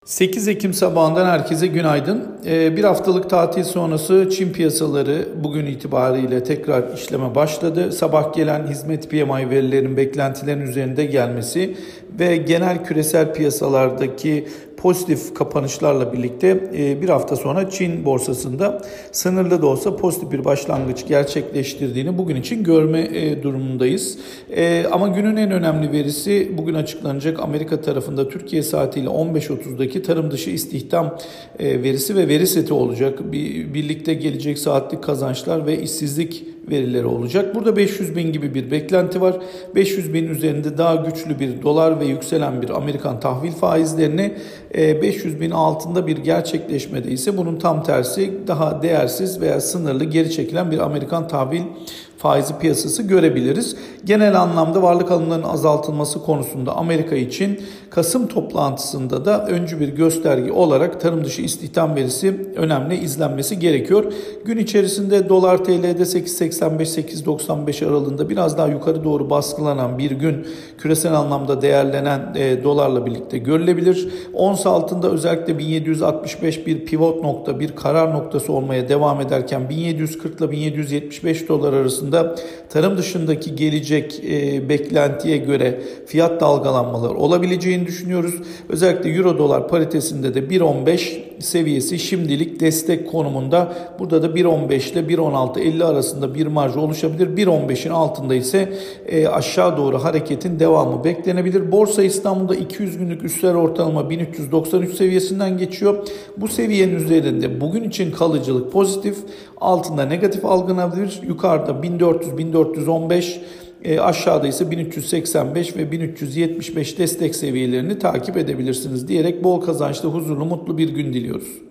8 Ekim sabahından herkese günaydın. Bir haftalık tatil sonrası Çin piyasaları bugün itibariyle tekrar işleme başladı. Sabah gelen hizmet PMI verilerinin beklentilerin üzerinde gelmesi ve genel küresel piyasalardaki pozitif kapanışlarla birlikte bir hafta sonra Çin borsasında sınırlı da olsa pozitif bir başlangıç gerçekleştirdiğini bugün için görme durumundayız. Ama günün en önemli verisi bugün açıklanacak Amerika tarafında Türkiye saatiyle 15.30'daki tarım dışı istihdam verisi ve veri seti olacak. Birlikte gelecek saatlik kazançlar ve işsizlik verileri olacak. Burada 500 bin gibi bir beklenti var. 500 bin üzerinde daha güçlü bir dolar ve yükselen bir Amerikan tahvil faizlerini 500 bin altında bir gerçekleşmede ise bunun tam tersi daha değersiz veya sınırlı geri çekilen bir Amerikan tahvil faizi piyasası görebiliriz. Genel anlamda varlık alımlarının azaltılması konusunda Amerika için Kasım toplantısında da öncü bir gösterge olarak tarım dışı istihdam verisi önemli izlenmesi gerekiyor. Gün içerisinde dolar TL'de 8.85-8.95 aralığında biraz daha yukarı doğru baskılanan bir gün küresel anlamda değerlenen dolarla birlikte görülebilir. Ons altında özellikle 1765 bir pivot nokta, bir karar noktası olmaya devam ederken 1740 ile 1775 dolar arasında tarım dışındaki gelecek beklentiye göre fiyat dalgalanmaları olabileceğini düşünüyoruz. Özellikle euro dolar paritesinde de 1.15 seviyesi şimdilik destek konumunda. Burada da 1.15 ile 1.16.50 arasında bir marj oluşabilir. 1.15'in altında ise aşağı doğru hareketin devamı beklenebilir. Borsa İstanbul'da 200 günlük üstel ortalama 1393 seviyesinden geçiyor. Bu seviyenin üzerinde bugün için kalıcılık pozitif, altında negatif algılanabilir. Yukarıda 1400-1415, aşağıda ise 1385 ve 1375 destek seviyelerini takip edebilirsiniz diyerek bol kazançlı, huzurlu, mutlu bir gün diliyoruz.